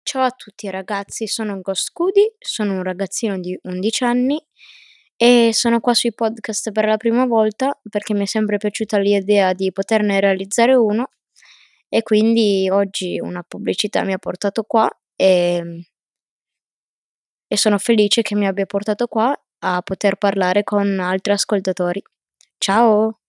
Ciao a tutti ragazzi, sono Ghost Cudi, sono un ragazzino di 11 anni e sono qua sui podcast per la prima volta perché mi è sempre piaciuta l'idea di poterne realizzare uno e quindi oggi una pubblicità mi ha portato qua e sono felice che mi abbia portato qua a poter parlare con altri ascoltatori. Ciao!